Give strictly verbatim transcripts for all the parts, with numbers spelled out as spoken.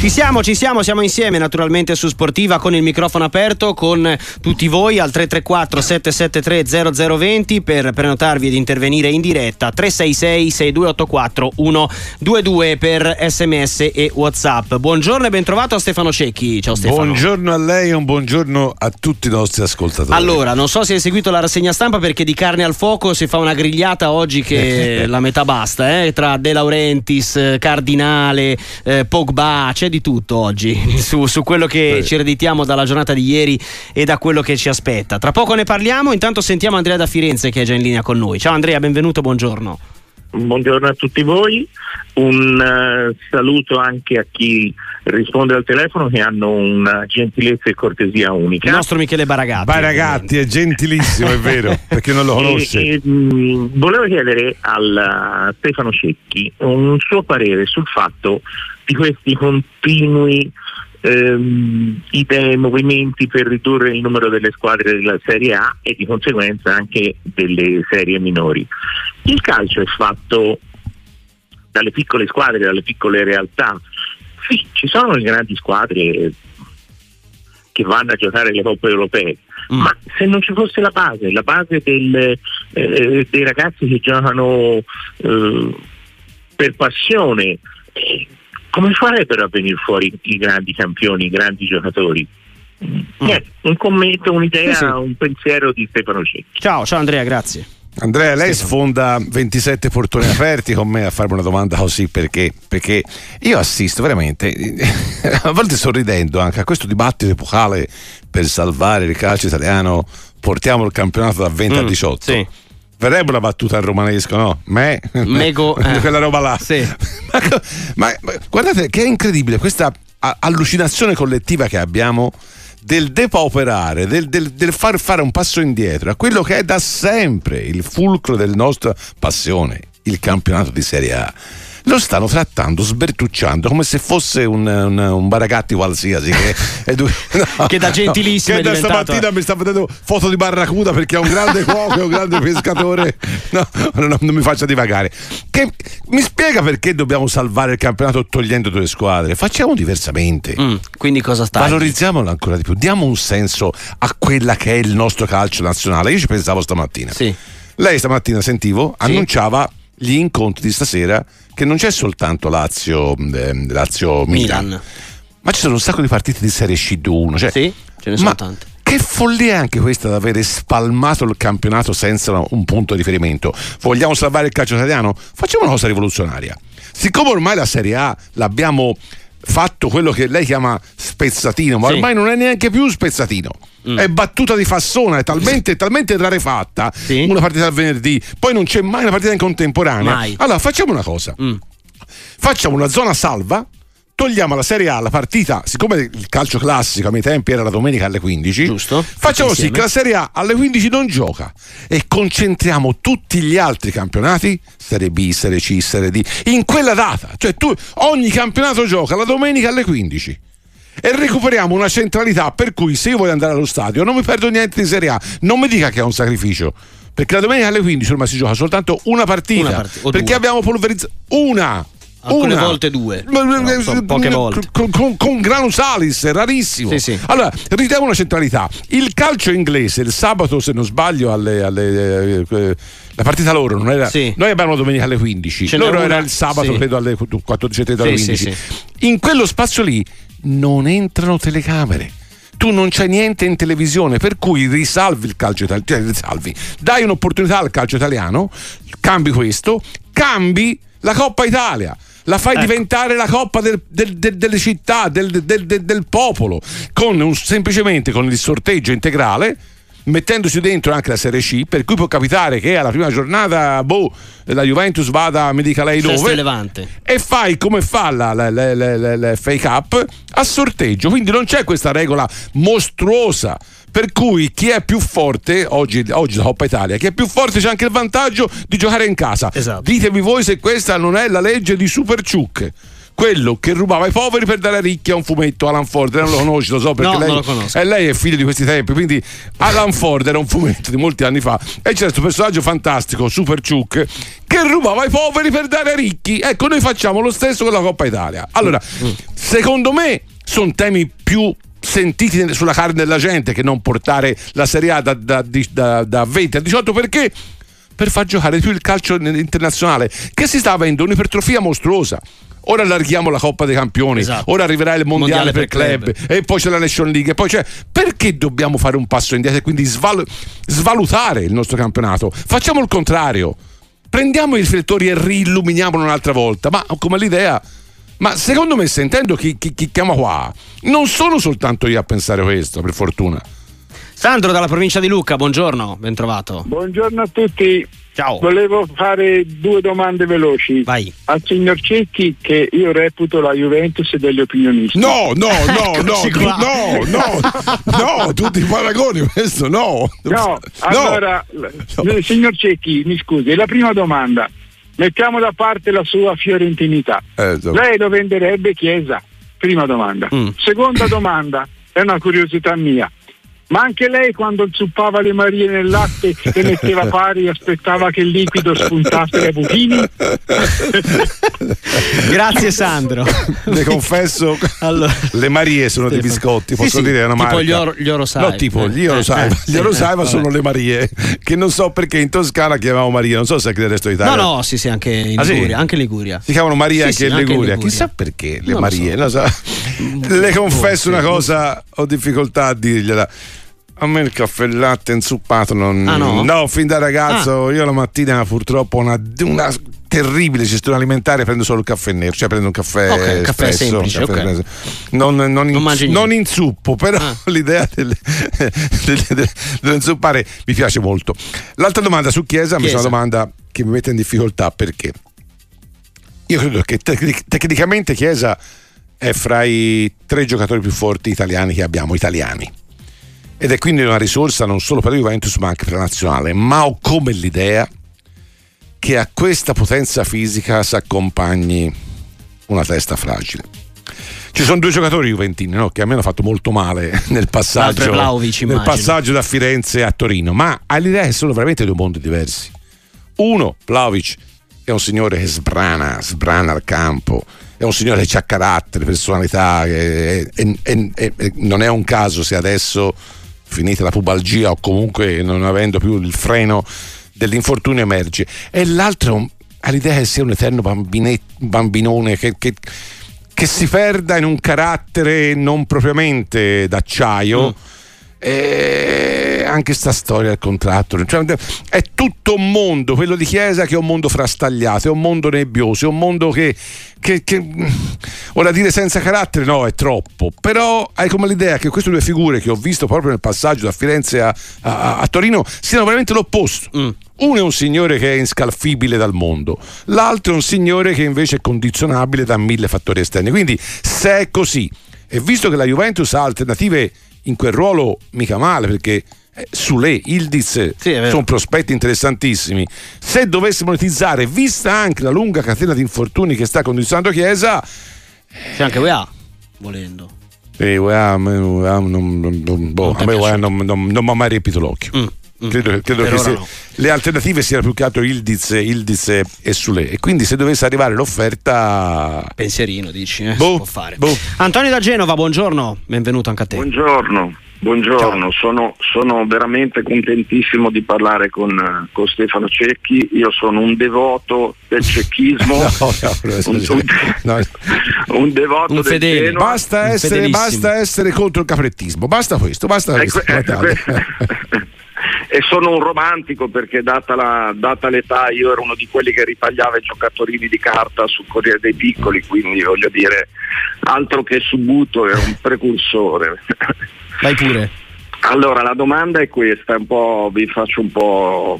Ci siamo, ci siamo, siamo insieme naturalmente su Sportiva con il microfono aperto con tutti voi al tre tre quattro sette sette tre zero zero due zero per prenotarvi ed intervenire in diretta, tre sei sei sei due otto quattro uno due due per sms e WhatsApp. Buongiorno e ben trovato a Stefano Cecchi. Ciao Stefano. Buongiorno a lei e un buongiorno a tutti i nostri ascoltatori. Allora, non so se hai seguito la rassegna stampa perché di carne al fuoco si fa una grigliata oggi che la metà basta, eh? Tra De Laurentiis, Cardinale, eh, Pogba, c'è di tutto oggi su, su quello che Beh. ci ereditiamo dalla giornata di ieri e da quello che ci aspetta. Tra poco ne parliamo, intanto sentiamo Andrea da Firenze che è già in linea con noi. Ciao Andrea, benvenuto, buongiorno. Buongiorno a tutti voi, un uh, saluto anche a chi risponde al telefono che hanno una gentilezza e cortesia unica. Il nostro Michele Baragatti. Baragatti è gentilissimo, è vero, perché non lo conosce. E, e, mh, volevo chiedere al Stefano Cecchi un suo parere sul fatto di questi continui ehm, idee, movimenti per ridurre il numero delle squadre della Serie A e di conseguenza anche delle serie minori. Il calcio è fatto dalle piccole squadre, dalle piccole realtà. Sì, ci sono le grandi squadre che vanno a giocare le coppe europee, mm. ma se non ci fosse la base, la base del, eh, dei ragazzi che giocano eh, per passione, eh, come farebbero a venire fuori i grandi campioni, i grandi giocatori? Mm. Eh, un commento, un'idea, sì, sì. un pensiero di Stefano Cecchi. Ciao, ciao Andrea, grazie. Andrea, lei sfonda ventisette portoni aperti con me a farmi una domanda così, perché perché io assisto veramente a volte sorridendo anche a questo dibattito epocale per salvare il calcio italiano, portiamo il campionato da venti mm, a diciotto. Sì. Verrebbe una battuta al romanesco, no? Me, Mego, eh. quella roba là. Sì. ma, ma, ma guardate che è incredibile questa allucinazione collettiva che abbiamo del depauperare, del, del, del far fare un passo indietro a quello che è da sempre il fulcro della nostra passione, il campionato di Serie A. Lo stanno trattando, sbertucciando come se fosse un, un, un Baragatti qualsiasi che, è du- no, che da gentilissimo no, che è da stamattina mi sta vedendo foto di barracuda perché è un grande cuoco, è un grande pescatore. No, no, non mi faccia divagare. Che mi spiega perché dobbiamo salvare il campionato togliendo due squadre? Facciamo diversamente. Mm, quindi cosa sta? Valorizziamolo ancora di più, diamo un senso a quella che è il nostro calcio nazionale. Io ci pensavo stamattina. Sì. Lei stamattina sentivo sì. annunciava gli incontri di stasera, che non c'è soltanto Lazio eh, Lazio Milan, Milan, ma ci sono un sacco di partite di Serie C uno, cioè, sì, ce ne sono ma tante. Che follia è anche questa di avere spalmato il campionato senza un punto di riferimento. Vogliamo salvare il calcio italiano? Facciamo una cosa rivoluzionaria. Siccome ormai la Serie A l'abbiamo fatto quello che lei chiama spezzatino, ma sì. ormai non è neanche più spezzatino. Mm. È battuta di Fassona, è talmente, talmente rarefatta, sì. una partita al venerdì, poi non c'è mai una partita in contemporanea. Mai. Allora facciamo una cosa, mm. facciamo una zona salva, togliamo la Serie A, la partita, siccome il calcio classico ai miei tempi era la domenica alle quindici, giusto, facciamo sì che la Serie A alle quindici non gioca e concentriamo tutti gli altri campionati, Serie B, Serie C, Serie D, in quella data. Cioè tu, ogni campionato gioca la domenica alle quindici e recuperiamo una centralità per cui se io voglio andare allo stadio non mi perdo niente di Serie A. Non mi dica che è un sacrificio, perché la domenica alle quindici ormai si gioca soltanto una partita, una part- perché due. Abbiamo polverizzato una alcune una. volte due, no, so, poche volte con, con, con Grano Salis, è rarissimo. Sì, sì. Allora ridiamo una centralità. Il calcio inglese il sabato, se non sbaglio, alle, alle eh, la partita loro non era, sì. noi abbiamo la domenica alle quindici, ce loro era il sabato, sì. credo alle quattordici e trenta alle sì, quindici. Sì, sì. In quello spazio lì non entrano telecamere, tu non c'è niente in televisione, per cui risalvi il calcio italiano, risalvi, dai un'opportunità al calcio italiano, cambi questo, cambi la Coppa Italia, la fai ecco. diventare la Coppa del, del, del, delle città, del, del, del, del popolo, con un, semplicemente con il sorteggio integrale, mettendoci dentro anche la Serie C, per cui può capitare che alla prima giornata boh, la Juventus vada, mi dica lei dove, e fai come fa la, la, la, la, la, la F A Cup a sorteggio, quindi non c'è questa regola mostruosa per cui chi è più forte oggi, oggi la Coppa Italia, chi è più forte c'è anche il vantaggio di giocare in casa. Esatto. Ditemi voi se questa non è la legge di Super Ciuc. quello che rubava ai poveri per dare ai ricchi, a un fumetto. Alan Ford, non lo conosci, lo so perché no, lei, non lo conosco. eh, lei è figlio di questi tempi, quindi Alan Ford era un fumetto di molti anni fa e c'era questo personaggio fantastico, Super Chuck, che rubava ai poveri per dare ai ricchi. Ecco, noi facciamo lo stesso con la Coppa Italia. Allora, mm. secondo me sono temi più sentiti sulla carne della gente che non portare la Serie A da, da, da, da venti a diciotto, perché per far giocare più il calcio internazionale, che si sta avendo un'ipertrofia mostruosa. Ora allarghiamo la Coppa dei Campioni, esatto. Ora arriverà il mondiale, mondiale per, per club, club e poi c'è la Nation League e poi c'è, perché dobbiamo fare un passo indietro e quindi sval- svalutare il nostro campionato? Facciamo il contrario, prendiamo i riflettori e riilluminiamolo un'altra volta, ma come l'idea. Ma secondo me, sentendo chi, chi, chi chiama qua, non sono soltanto io a pensare questo, per fortuna. Sandro dalla provincia di Lucca, buongiorno, ben trovato. Buongiorno a tutti. Ciao. Volevo fare due domande veloci. Vai. Al signor Cecchi, che io reputo la Juventus degli opinionisti. No, no, no, no, no, no, no, tutti i paragoni, questo no. No, allora, no. Signor Cecchi, mi scusi, la prima domanda. Mettiamo da parte la sua fiorentinità. Eh, so. Lei lo venderebbe Chiesa? Prima domanda. Mm. Seconda domanda, è una curiosità mia. Ma anche lei, quando zuppava le Marie nel latte, le metteva pari e aspettava che il liquido spuntasse dai buchini? Grazie Sandro. Le confesso, allora, le Marie sono dei biscotti, posso sì, dire è una tipo marca. Tipo gli, or- gli Orosaiva. No, tipo gli Orosaiva. Gli Orosaiva sono le Marie, che non so perché in Toscana chiamavamo Maria, non so se anche nel resto d'Italia. No, no, sì, sì, anche in ah, Liguria, sì? anche in Liguria. Si chiamano Maria sì, anche, sì, in Liguria. anche in Liguria. Chissà perché le non Marie. Lo so. Non so. Le confesso una cosa, ho difficoltà a dirgliela. A me il caffè latte inzuppato non. Ah, no? No, fin da ragazzo, ah. io la mattina purtroppo ho una, una terribile gestione alimentare, prendo solo il caffè nero, cioè prendo un caffè, okay, caffè spesso, semplice, caffè okay. non, non, non, in, non inzuppo, però ah. l'idea del, del, del, dell'inzuppare mi piace molto. L'altra domanda su Chiesa, Chiesa. è una domanda che mi mette in difficoltà, perché io credo che tec- tecnicamente Chiesa è fra i tre giocatori più forti italiani che abbiamo, italiani. Ed è quindi una risorsa non solo per la Juventus ma anche per la nazionale, ma ho come l'idea che a questa potenza fisica si accompagni una testa fragile. Ci sono due giocatori juventini, no, che a me hanno fatto molto male nel passaggio, Vlahovic, nel passaggio da Firenze a Torino, ma all'idea che sono veramente due mondi diversi. Uno, Vlahovic, è un signore che sbrana, sbrana al campo, è un signore che ha carattere, personalità, e, e, e, e non è un caso se adesso, finita la pubalgia o comunque non avendo più il freno dell'infortunio, emerge. E l'altro ha l'idea che sia un eterno bambine, bambinone che, che, che si perda in un carattere non propriamente d'acciaio. Mm. E anche sta storia del contratto, cioè, è tutto un mondo, quello di Chiesa, che è un mondo frastagliato, è un mondo nebbioso, è un mondo che, che, che ora dire senza carattere no, è troppo, però hai come l'idea che queste due figure che ho visto proprio nel passaggio da Firenze a, a, a Torino siano veramente l'opposto. Mm. Uno è un signore che è inscalfibile dal mondo, l'altro è un signore che invece è condizionabile da mille fattori esterni. Quindi se è così, e visto che la Juventus ha alternative in quel ruolo mica male, perché eh, Sule, Ildiz sì, sono prospetti interessantissimi, se dovesse monetizzare, vista anche la lunga catena di infortuni che sta condizionando Chiesa, c'è anche U E A volendo. Sì, U E A, U E A non, non, boh, a me U E A non, non, non mi ha mai riempito l'occhio. Mm. Credo, credo che se, no. le alternative siano più che altro Ildiz, Ildiz e Sule, e quindi se dovesse arrivare l'offerta, pensierino dici eh? boh, si può fare. Boh. Antonio da Genova, buongiorno, benvenuto anche a te. Buongiorno, buongiorno, sono, sono veramente contentissimo di parlare con, con Stefano Cecchi. Io sono un devoto del cecchismo, no, no, un, un, no. un devoto un del Genoa. Basta essere, basta essere contro il caprettismo, basta questo, basta questo. Ecco, ecco, e sono un romantico, perché data, la, data l'età io ero uno di quelli che ritagliava i giocattolini di carta sul Corriere dei Piccoli, quindi voglio dire, altro che Subuto, è un precursore. Vai pure. Allora la domanda è questa, un po', vi faccio un po'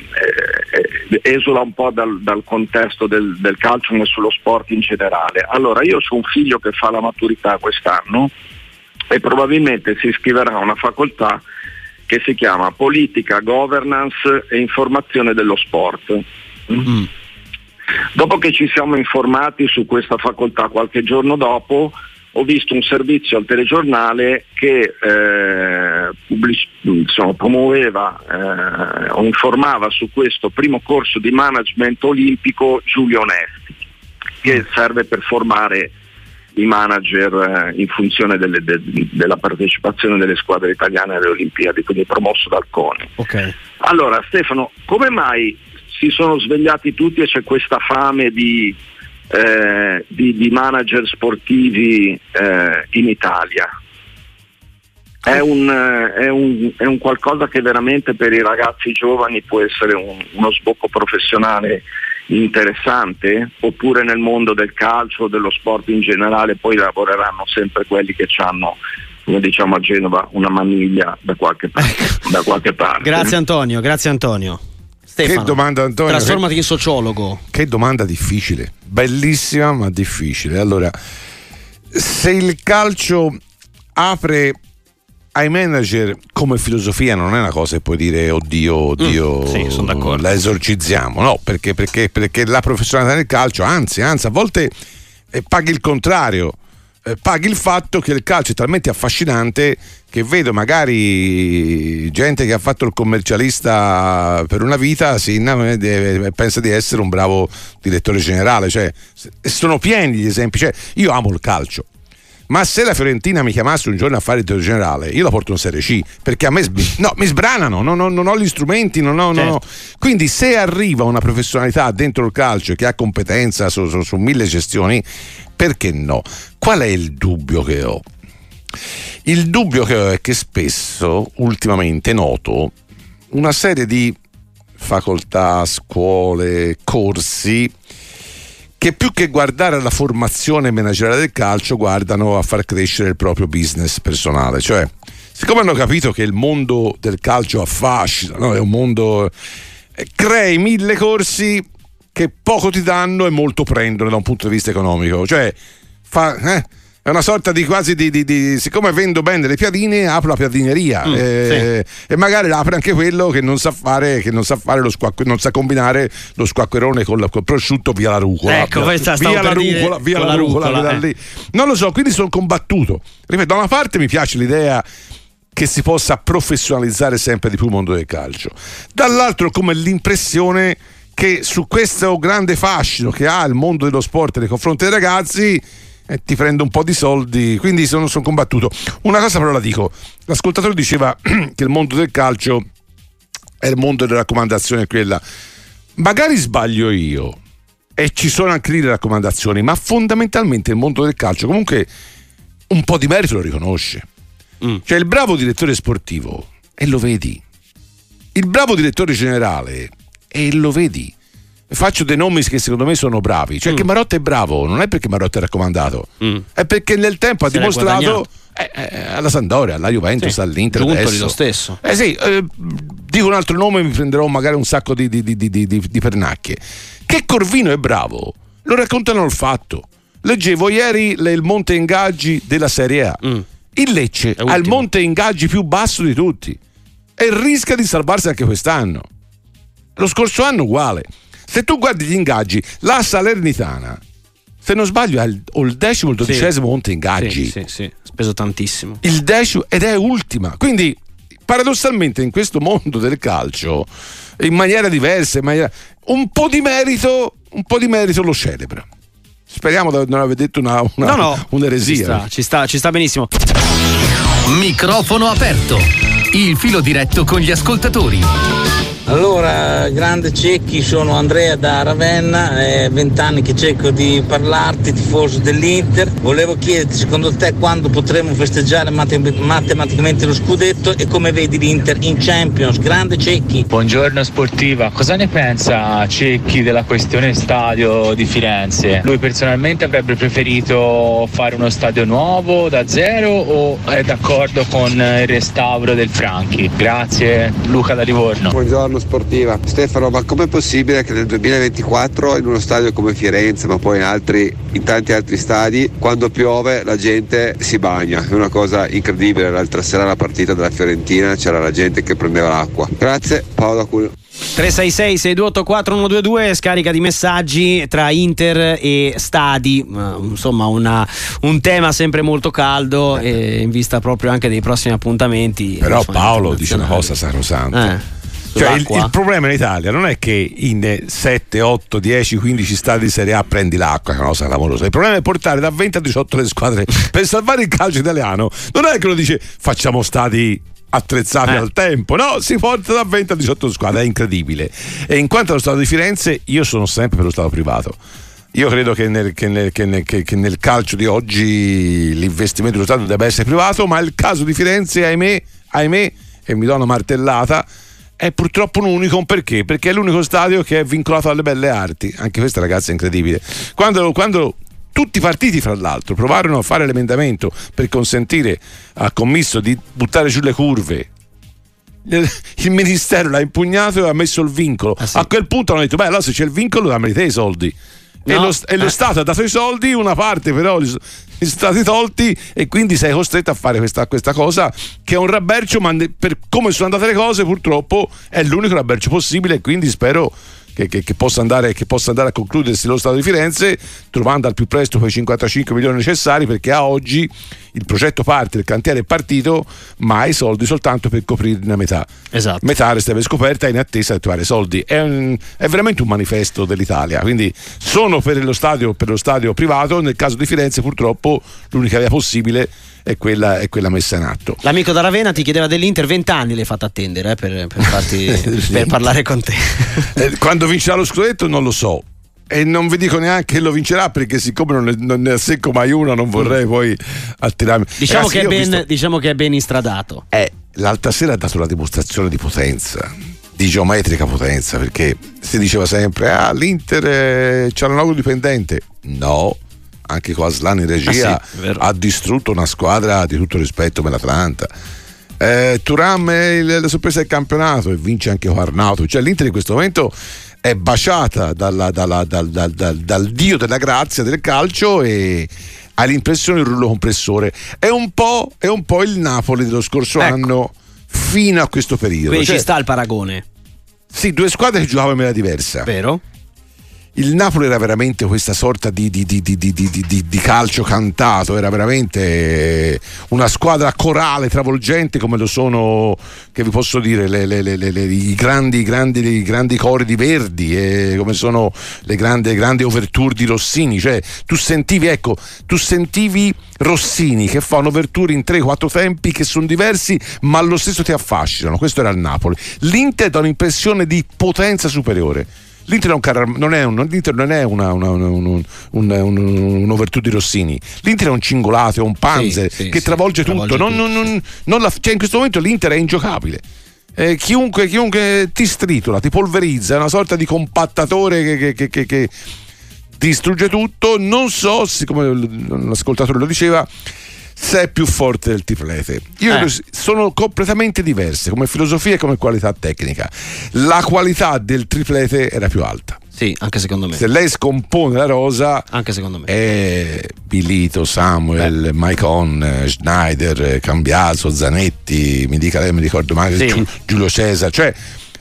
eh, eh, esula un po' dal, dal contesto del, del calcio e sullo sport in generale. Allora io ho un figlio che fa la maturità quest'anno e probabilmente si iscriverà a una facoltà che si chiama Politica, Governance e Informazione dello Sport. Mm. Dopo che ci siamo informati su questa facoltà qualche giorno dopo, ho visto un servizio al telegiornale che eh, pubblic- insomma, promuoveva eh, o informava su questo primo corso di management olimpico Giulio Onesti, che serve per formare i manager eh, in funzione delle, de- della partecipazione delle squadre italiane alle Olimpiadi, quindi promosso dal CONI. Okay. Allora Stefano, come mai si sono svegliati tutti e c'è questa fame di Eh, di, di manager sportivi eh, in Italia? È un, è, un, è un qualcosa che veramente per i ragazzi giovani può essere un, uno sbocco professionale interessante, oppure nel mondo del calcio o dello sport in generale poi lavoreranno sempre quelli che hanno, come diciamo a Genova, una maniglia da qualche parte, da qualche parte. Grazie Antonio, grazie Antonio. Stefano, che domanda, Antonio? Trasformati che, in sociologo. Che domanda difficile, bellissima ma difficile. Allora, se il calcio apre ai manager come filosofia, non è una cosa che puoi dire oddio, oddio, mm, sì, sono d'accordo. La esorcizziamo, no, perché, perché, perché la professionalità del calcio, anzi, anzi, a volte eh, paghi il contrario. Eh, paghi il fatto che il calcio è talmente affascinante che vedo magari gente che ha fatto il commercialista per una vita si innamora, pensa di essere un bravo direttore generale, cioè sono pieni gli esempi, cioè, io amo il calcio, ma se la Fiorentina mi chiamasse un giorno a fare il direttore generale io la porto in Serie C, perché a me sb- no, mi sbranano, non ho, non ho gli strumenti, non ho, certo. non ho. Quindi se arriva una professionalità dentro il calcio che ha competenza su, su, su mille gestioni, perché no? Qual è il dubbio che ho? Il dubbio che ho è che spesso, ultimamente, noto una serie di facoltà, scuole, corsi che più che guardare alla formazione manageriale del calcio guardano a far crescere il proprio business personale. Cioè, siccome hanno capito che il mondo del calcio affascina, no? È un mondo... Eh, crei mille corsi che poco ti danno e molto prendono da un punto di vista economico. Cioè, fa... Eh, è una sorta di quasi di, di, di siccome vendo bene le piadine, apro la piadineria mm, eh, sì. E magari apre anche quello che non sa fare che non sa fare lo squacqu- non sa combinare lo squacquerone con, la, con il prosciutto via la rucola, ecco, via, via la rucola via la, la rucola, rucola eh. lì. Non lo so, quindi sono combattuto. Ripeto, da una parte mi piace l'idea che si possa professionalizzare sempre di più il mondo del calcio, dall'altro come l'impressione che su questo grande fascino che ha il mondo dello sport nei confronti dei ragazzi e ti prendo un po' di soldi, quindi sono, sono combattuto. Una cosa però la dico, l'ascoltatore diceva che il mondo del calcio è il mondo delle raccomandazioni, quella, magari sbaglio io e ci sono anche lì le raccomandazioni, ma fondamentalmente il mondo del calcio comunque un po' di merito lo riconosce. mm. Cioè il bravo direttore sportivo, e lo vedi, il bravo direttore generale, e lo vedi. Faccio dei nomi che secondo me sono bravi, cioè mm. che Marotta è bravo non è perché Marotta è raccomandato, mm. è perché nel tempo Se ha dimostrato eh, eh, alla Sampdoria, alla Juventus, sì. all'Inter adesso. Lo stesso. Eh sì, eh, dico un altro nome e mi prenderò magari un sacco di, di, di, di, di, di pernacchie. Che Corvino è bravo, lo raccontano il fatto. Leggevo ieri le, il monte ingaggi della Serie A. Mm. Il Lecce ha il monte ingaggi più basso di tutti e rischia di salvarsi anche quest'anno. Lo scorso anno uguale. Se tu guardi gli ingaggi, la Salernitana, se non sbaglio, è il, o il decimo o il dodicesimo sì. monte ingaggi. Sì, sì, sì, speso tantissimo. Il decimo ed è ultima. Quindi, paradossalmente, in questo mondo del calcio, in maniera diversa, in maniera, un po' di merito, un po' di merito lo celebra. Speriamo di non aver detto una, una, no, no, un'eresia. Ci sta, ci sta, ci sta benissimo. Microfono aperto. Il filo diretto con gli ascoltatori. Allora, grande Cecchi, sono Andrea da Ravenna, è vent'anni che cerco di parlarti, tifoso dell'Inter. Volevo chiederti, secondo te, quando potremo festeggiare matem- matematicamente lo scudetto e come vedi l'Inter in Champions? Grande Cecchi. Buongiorno Sportiva, cosa ne pensa Cecchi della questione stadio di Firenze? Lui personalmente avrebbe preferito fare uno stadio nuovo da zero o è d'accordo con il restauro del Franchi? Grazie, Luca da Livorno. Buongiorno sportiva. Stefano, ma com'è possibile che nel duemilaventiquattro in uno stadio come Firenze, ma poi in altri, in tanti altri stadi, quando piove la gente si bagna? È una cosa incredibile. L'altra sera alla partita della Fiorentina c'era la gente che prendeva l'acqua. Grazie, Paolo da Cuneo. tre sei sei sei due otto quattro uno due due, scarica di messaggi tra Inter e stadi, uh, insomma una, un tema sempre molto caldo e in vista proprio anche dei prossimi appuntamenti. Però Paolo dice una cosa sacrosanta. Eh. Cioè il, il problema in Italia non è che in sette, otto, dieci, quindici stadi di Serie A prendi l'acqua, che è una cosa clamorosa. Il problema è portare da venti a diciotto le squadre per salvare il calcio italiano. Non è che lo dice facciamo stadi attrezzati eh. al tempo, no, si porta da venti a diciotto squadre, è incredibile. E in quanto allo stato di Firenze, io sono sempre per lo stato privato. Io credo che nel, che nel, che nel, che nel calcio di oggi l'investimento dello stato debba essere privato, ma il caso di Firenze, ahimè, ahimè, e mi do una martellata, è purtroppo un unicum. Perché? Perché è l'unico stadio che è vincolato alle belle arti. Anche questa, ragazzi, è incredibile. Quando, quando tutti i partiti, fra l'altro, provarono a fare l'emendamento per consentire al commisso di buttare giù le curve, il ministero l'ha impugnato e ha messo il vincolo. Ah, sì. A quel punto hanno detto: beh, allora se c'è il vincolo dammi te i soldi. No. E, lo, e lo eh. Stato ha dato i soldi, una parte però li sono stati tolti, e quindi sei costretto a fare questa, questa cosa che è un rabbercio, ma per come sono andate le cose purtroppo è l'unico rabbercio possibile, e quindi spero Che, che, che, possa andare, che possa andare a concludersi lo stato di Firenze trovando al più presto quei cinquantacinque milioni necessari, perché a oggi il progetto parte, il cantiere è partito, ma hai soldi soltanto per coprirne metà. Esatto. Metà resta scoperta in attesa di trovare soldi. È, un, è veramente un manifesto dell'Italia, quindi sono per lo stadio, per lo stadio privato. Nel caso di Firenze purtroppo l'unica via possibile è quella, è quella messa in atto. L'amico da Ravenna ti chiedeva dell'Inter, vent'anni l'hai fatto attendere eh, per, per, farti, per parlare con te. Quando vincerà lo scudetto non lo so, e non vi dico neanche che lo vincerà, perché siccome non ne, non ne assecco mai una non vorrei poi attirarmi. Diciamo, Ragazzi, che, è ben, visto... diciamo che è ben instradato. Eh, l'altra sera ha dato la dimostrazione di potenza, di geometrica potenza, perché si diceva sempre ah l'Inter eh, c'ha un auto dipendente. No, anche con Aslan in regia ah, sì, ha distrutto una squadra di tutto rispetto come l'Atalanta. eh, Thuram è la sorpresa del campionato e vince anche con Arnautovic. Cioè l'Inter in questo momento è baciata dalla, dalla, dal, dal, dal, dal dio della grazia del calcio e ha l'impressione il rullo compressore. È un po', è un po' il Napoli dello scorso ecco. anno fino a questo periodo. Quindi cioè, ci sta il paragone. Sì, due squadre che giocavano in maniera diversa. Vero? Il Napoli era veramente questa sorta di, di, di, di, di, di, di calcio cantato, era veramente una squadra corale, travolgente, come lo sono, che vi posso dire, le, le, le, le, i, grandi, grandi, i grandi cori di Verdi, e come sono le grandi, grandi overture di Rossini. Cioè tu sentivi, ecco, tu sentivi Rossini che fa un'overture in tre quattro tempi che sono diversi ma allo stesso ti affascinano. Questo era il Napoli. L'Inter dà un'impressione di potenza superiore. L'Inter, è un car- non è, un, l'Inter non è una, una, una, un, un, un, un overture di Rossini. L'Inter è un cingolato, è un Panzer sì, sì, che travolge sì, tutto. Travolge non, tutto. Non, non, non la, cioè in questo momento l'Inter è ingiocabile. Eh, chiunque, chiunque ti stritola, ti polverizza, è una sorta di compattatore che, che, che, che, che distrugge tutto. Non so, siccome l'ascoltatore lo diceva, se è più forte del triplete. Io eh. sono completamente diverse come filosofia e come qualità tecnica. La qualità del triplete era più alta. Sì, anche secondo me. Se lei scompone la rosa, anche secondo me, è Bilito, Samuel, Beh. Maicon, Schneider, Cambiaso, Zanetti, mi dica lei, mi ricordo mai sì. Giulio Cesare. Cioè,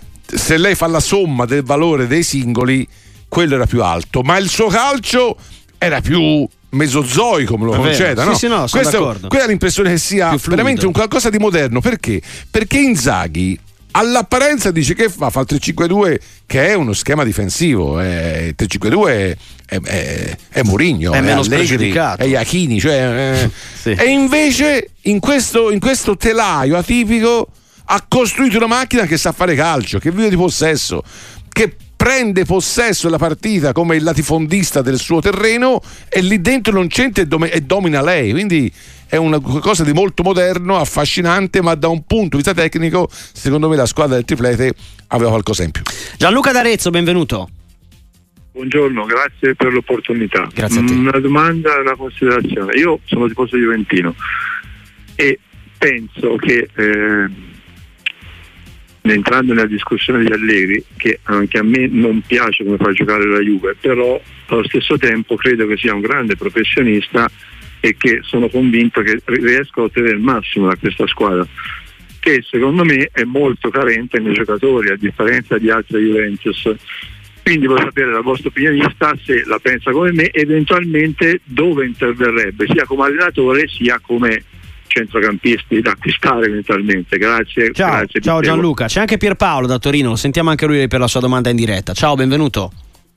se lei fa la somma del valore dei singoli, quello era più alto, ma il suo calcio era più mesozoico, me lo conceda, no? Sì, sì, no, sono Questo, d'accordo. Quella è l'impressione che sia veramente un qualcosa di moderno. Perché? Perché Inzaghi all'apparenza dice che fa, fa il tre cinque due, che è uno schema difensivo. Il tre cinque due è, è, è, è Mourinho, è, è meno Allegri, è Iachini, cioè, eh, sì. E invece in questo, in questo telaio atipico ha costruito una macchina che sa fare calcio, che vive di possesso, che prende possesso della partita come il latifondista del suo terreno, e lì dentro non c'entra e, dom- e domina lei. Quindi è una cosa di molto moderno, affascinante, ma da un punto di vista tecnico secondo me la squadra del triplete aveva qualcosa in più. Gianluca d'Arezzo, benvenuto. Buongiorno, grazie per l'opportunità. Grazie a te. Una domanda e una considerazione. Io sono tifoso juventino e penso che eh, entrando nella discussione di Allegri, che anche a me non piace come fa giocare la Juve, però allo stesso tempo credo che sia un grande professionista e che sono convinto che riesca a ottenere il massimo da questa squadra, che secondo me è molto carente nei giocatori, a differenza di altre Juventus. Quindi voglio sapere dal vostro opinionista se la pensa come me, eventualmente dove interverrebbe, sia come allenatore sia come centrocampisti da acquistare eventualmente. Grazie. Ciao, grazie, ciao Gianluca. C'è anche Pierpaolo da Torino, sentiamo anche lui per la sua domanda in diretta. Ciao, benvenuto.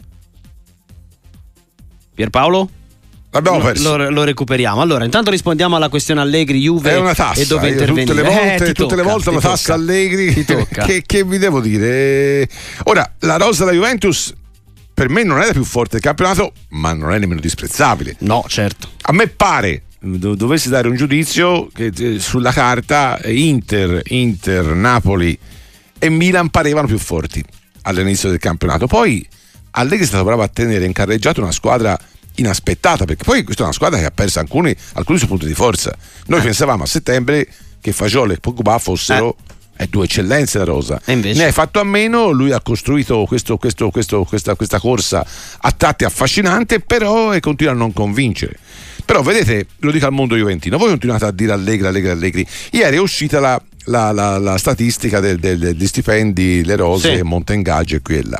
Pierpaolo? L'abbiamo no, perso. Lo, lo recuperiamo. Allora, intanto rispondiamo alla questione Allegri, Juve è una tassa, e dove io, intervenire. Tutte le volte, eh, tutte tocca, le volte la tocca. tassa Allegri. Ti tocca. Che, che vi devo dire? Ora, la rosa della Juventus per me non è la più forte del campionato, ma non è nemmeno disprezzabile. No, certo. A me pare, dov- dovessi dare un giudizio, che eh, sulla carta Inter, Inter, Napoli e Milan parevano più forti all'inizio del campionato. Poi Allegri è stato bravo a tenere in carreggiata una squadra inaspettata, perché poi questa è una squadra che ha perso alcuni, alcuni suoi punti di forza. Noi eh. pensavamo a settembre che Fagioli e Pogba fossero eh. due eccellenze da rosa, e invece ne hai fatto a meno. Lui ha costruito questo, questo, questo, questa, questa corsa a tratti affascinante, però e continua a non convincere. Però vedete, lo dico al mondo juventino, voi continuate a dire Allegri, Allegri, Allegri. Ieri è uscita la, la, la, la statistica del, del, degli stipendi, le rose, sì. Monte ingaggi e qui e là.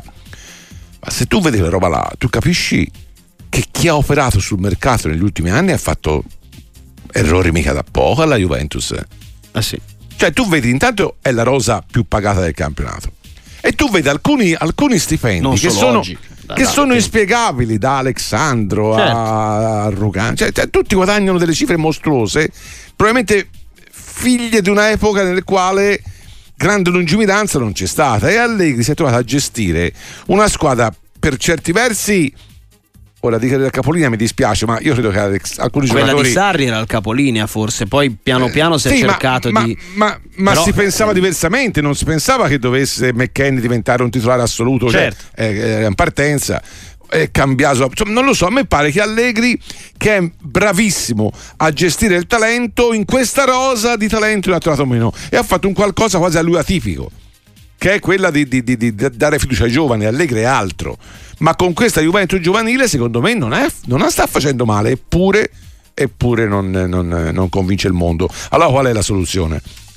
Ma se tu vedi la roba là, tu capisci che chi ha operato sul mercato negli ultimi anni ha fatto errori mica da poco alla Juventus. Ah sì. Cioè tu vedi, intanto è la rosa più pagata del campionato, e tu vedi alcuni, alcuni stipendi non che sono, oggi, che sono inspiegabili, da Alexandro certo. a Rugan, cioè, cioè tutti guadagnano delle cifre mostruose, probabilmente figlie di un'epoca nella quale grande lungimiranza non c'è stata, e Allegri si è trovato a gestire una squadra per certi versi. Ora dico del capolinea mi dispiace, ma io credo che Alex, alcuni quella giocatori... di Sarri era il capolinea, forse poi piano piano si è sì, cercato ma, di ma, ma, ma però... si pensava diversamente, non si pensava che dovesse McKennie diventare un titolare assoluto, certo. Cioè eh, in partenza è cambiato, insomma, non lo so. A me pare che Allegri, che è bravissimo a gestire il talento, in questa rosa di talento ne ha trovato meno, e ha fatto un qualcosa quasi a lui atipico, che è quella di, di, di, di dare fiducia ai giovani. Allegri è altro, ma con questa Juventus giovanile secondo me non, è, non la sta facendo male, eppure, eppure non, non, non convince il mondo. Allora qual è la soluzione?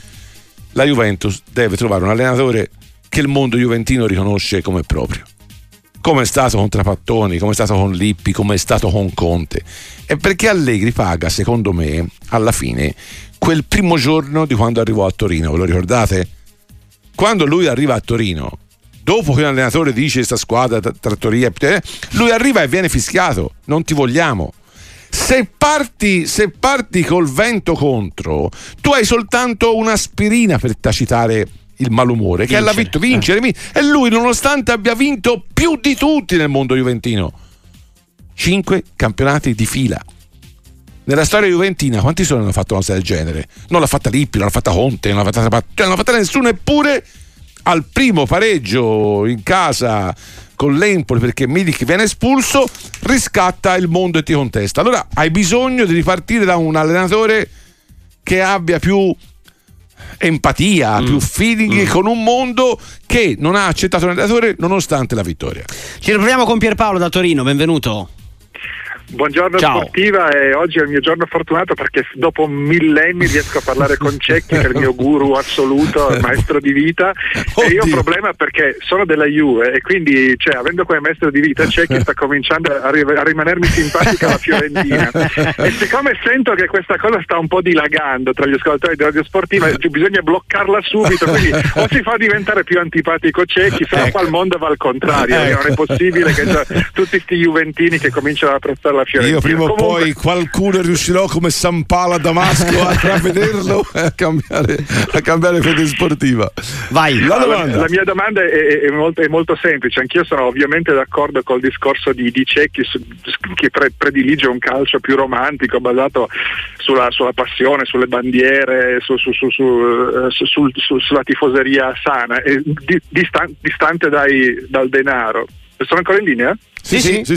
La Juventus deve trovare un allenatore che il mondo juventino riconosce come proprio, come è stato con Trapattoni, come è stato con Lippi, come è stato con Conte. E perché Allegri paga, secondo me, alla fine quel primo giorno di quando arrivò a Torino, ve lo ricordate? Quando lui arriva a Torino, dopo che un allenatore dice questa squadra trattoria, lui arriva e viene fischiato, non ti vogliamo. Se parti, se parti col vento contro, tu hai soltanto un'aspirina per tacitare il malumore, vincere. Che è la vitto, vincere, eh. E lui, nonostante abbia vinto più di tutti nel mondo juventino, cinque campionati di fila. Nella storia juventina quanti sono hanno fatto una cosa del genere? Non l'ha fatta Lippi, non l'ha fatta Conte, non l'ha fatta Trapattoni, non l'ha fatta nessuno, eppure al primo pareggio in casa con l'Empoli, perché Milik viene espulso, riscatta il mondo e ti contesta. Allora hai bisogno di ripartire da un allenatore che abbia più empatia, mm. più feeling mm. con un mondo che non ha accettato un allenatore nonostante la vittoria. Ci riproviamo con Pierpaolo da Torino, benvenuto. Buongiorno Ciao. Sportiva, e oggi è il mio giorno fortunato perché dopo millenni riesco a parlare con Cecchi, che è il mio guru assoluto, il maestro di vita. Oddio. E io ho un problema perché sono della Juve e quindi, cioè, avendo come maestro di vita Cecchi, sta cominciando a, ri- a rimanermi simpatica la Fiorentina, e siccome sento che questa cosa sta un po' dilagando tra gli ascoltatori di Radio Sportiva, bisogna bloccarla subito, quindi o si fa diventare più antipatico Cecchi, se no qua il mondo va al contrario, perché non è possibile che già, tutti sti juventini che cominciano ad apprezzare la Fiorentina. Io prima o Comunque... poi qualcuno riuscirò come San Paolo a Damasco a vederlo e a cambiare, a cambiare fede sportiva. Vai. La, la, la mia domanda è, è, molto, è molto semplice. Anch'io sono ovviamente d'accordo col discorso di, di Cecchi, su, che pre, predilige un calcio più romantico, basato sulla, sulla passione, sulle bandiere, su, su, su, su, su, su, sulla tifoseria sana e di, distan, distante dai, dal denaro. Sono ancora in linea? Sì, sì, sì, sì.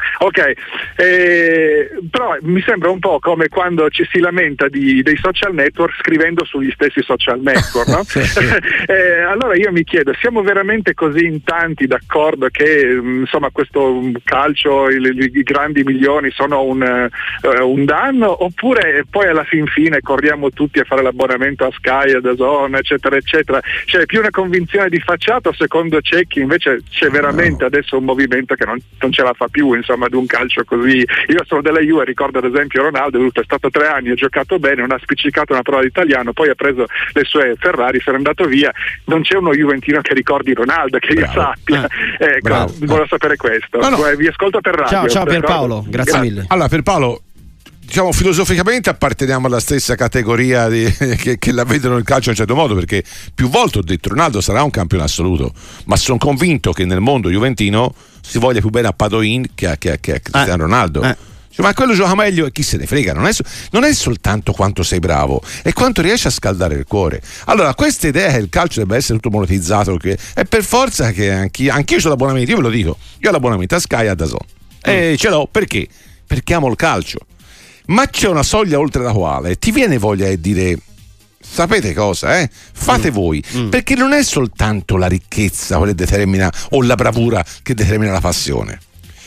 Ok, eh, però mi sembra un po' come quando ci si lamenta di, dei social network scrivendo sugli stessi social network, no? sì, sì. eh, allora io mi chiedo, siamo veramente così in tanti d'accordo che insomma questo calcio, i, i grandi milioni sono un, uh, un danno, oppure poi alla fin fine corriamo tutti a fare l'abbonamento a Sky, a D A Z N, eccetera eccetera? Cioè è più una convinzione di facciata, secondo Cecchi invece c'è veramente no. adesso un movimento che non, non ce la fa più, insomma, di un calcio così. Io sono della Juve, ricordo ad esempio Ronaldo, è stato tre anni, ha giocato bene, non ha spiccicato una prova di italiano, poi ha preso le sue Ferrari, se n'è andato via. Non c'è uno juventino che ricordi Ronaldo, che io sappia. Eh, ecco, volevo sapere questo. No, no. Vi ascolto per radio. Ciao, ciao Pierpaolo, grazie, grazie mille. Allora, Pierpaolo, diciamo filosoficamente apparteniamo alla stessa categoria di, che, che la vedono il calcio in un certo modo, perché più volte ho detto Ronaldo sarà un campione assoluto, ma sono convinto che nel mondo juventino si voglia più bene a Padoin che a, che a, che a Cristiano eh. Ronaldo. Eh. Cioè, ma quello gioca meglio e chi se ne frega, non è, non è soltanto quanto sei bravo, è quanto riesci a scaldare il cuore. Allora, questa idea che il calcio debba essere tutto monetizzato, che è per forza che anch'io, anch'io ho l'abbonamento, io ve lo dico, io ho l'abbonamento a Sky e a D A Z N e mm. ce l'ho perché? Perché amo il calcio, ma c'è una soglia oltre la quale ti viene voglia di dire sapete cosa, eh? Fate mm. voi, mm. perché non è soltanto la ricchezza che determina o la bravura che determina la passione.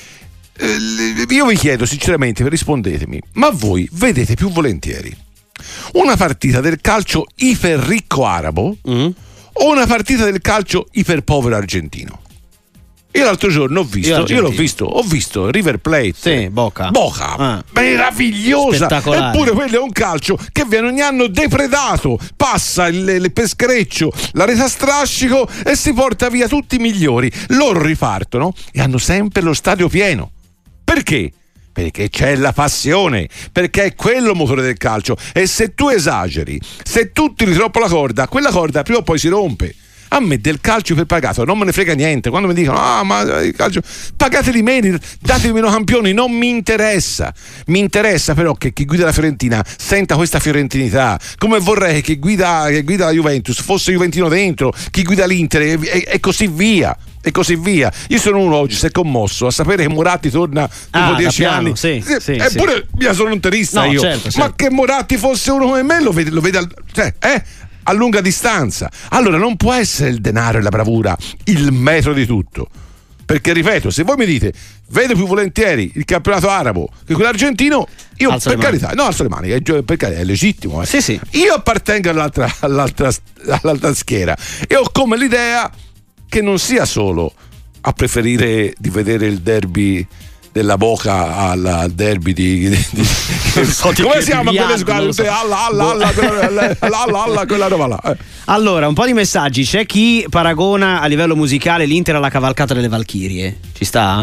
Io vi chiedo sinceramente, rispondetemi, ma voi vedete più volentieri una partita del calcio iper ricco arabo mm. o una partita del calcio iper povero argentino? Io l'altro giorno ho visto, io, io l'ho visto, ho visto River Plate, sì, Boca, Boca ah. meravigliosa, eppure quello è un calcio che viene ogni anno depredato, passa il, il peschereccio, la rete a strascico e si porta via tutti i migliori. Loro ripartono e hanno sempre lo stadio pieno. Perché? Perché c'è la passione, perché è quello il motore del calcio, e se tu esageri, se tu tiri troppo la corda, quella corda prima o poi si rompe. A me del calcio per pagato non me ne frega niente. Quando mi dicono ah ma il calcio, pagateli meno, datemi meno campioni, non mi interessa. Mi interessa però che chi guida la Fiorentina senta questa fiorentinità, come vorrei che chi guida, che guida la Juventus fosse juventino dentro, chi guida l'Inter e, e, e così via e così via. Io sono uno oggi si è commosso a sapere che Moratti torna dopo ah, dieci anni sì, sì, eppure sì. io sono interista no, io certo, certo. ma che Moratti fosse uno come me lo vede, lo vede al, cioè, eh a lunga distanza. Allora non può essere il denaro e la bravura il metro di tutto, perché ripeto, se voi mi dite vedo più volentieri il campionato arabo che quello argentino, io alzo per carità no alzo le mani, è, per carità, è legittimo eh. sì, sì. Io appartengo all'altra, all'altra, all'altra schiera e ho come l'idea che non sia solo a preferire di vedere il derby della Boca al, al derby di, di, di so come si chiama quelle squadre so. alla alla alla quella, alla, alla, quella roba là. Allora un po' di messaggi. C'è chi paragona a livello musicale l'Inter alla cavalcata delle Valchirie, ci sta?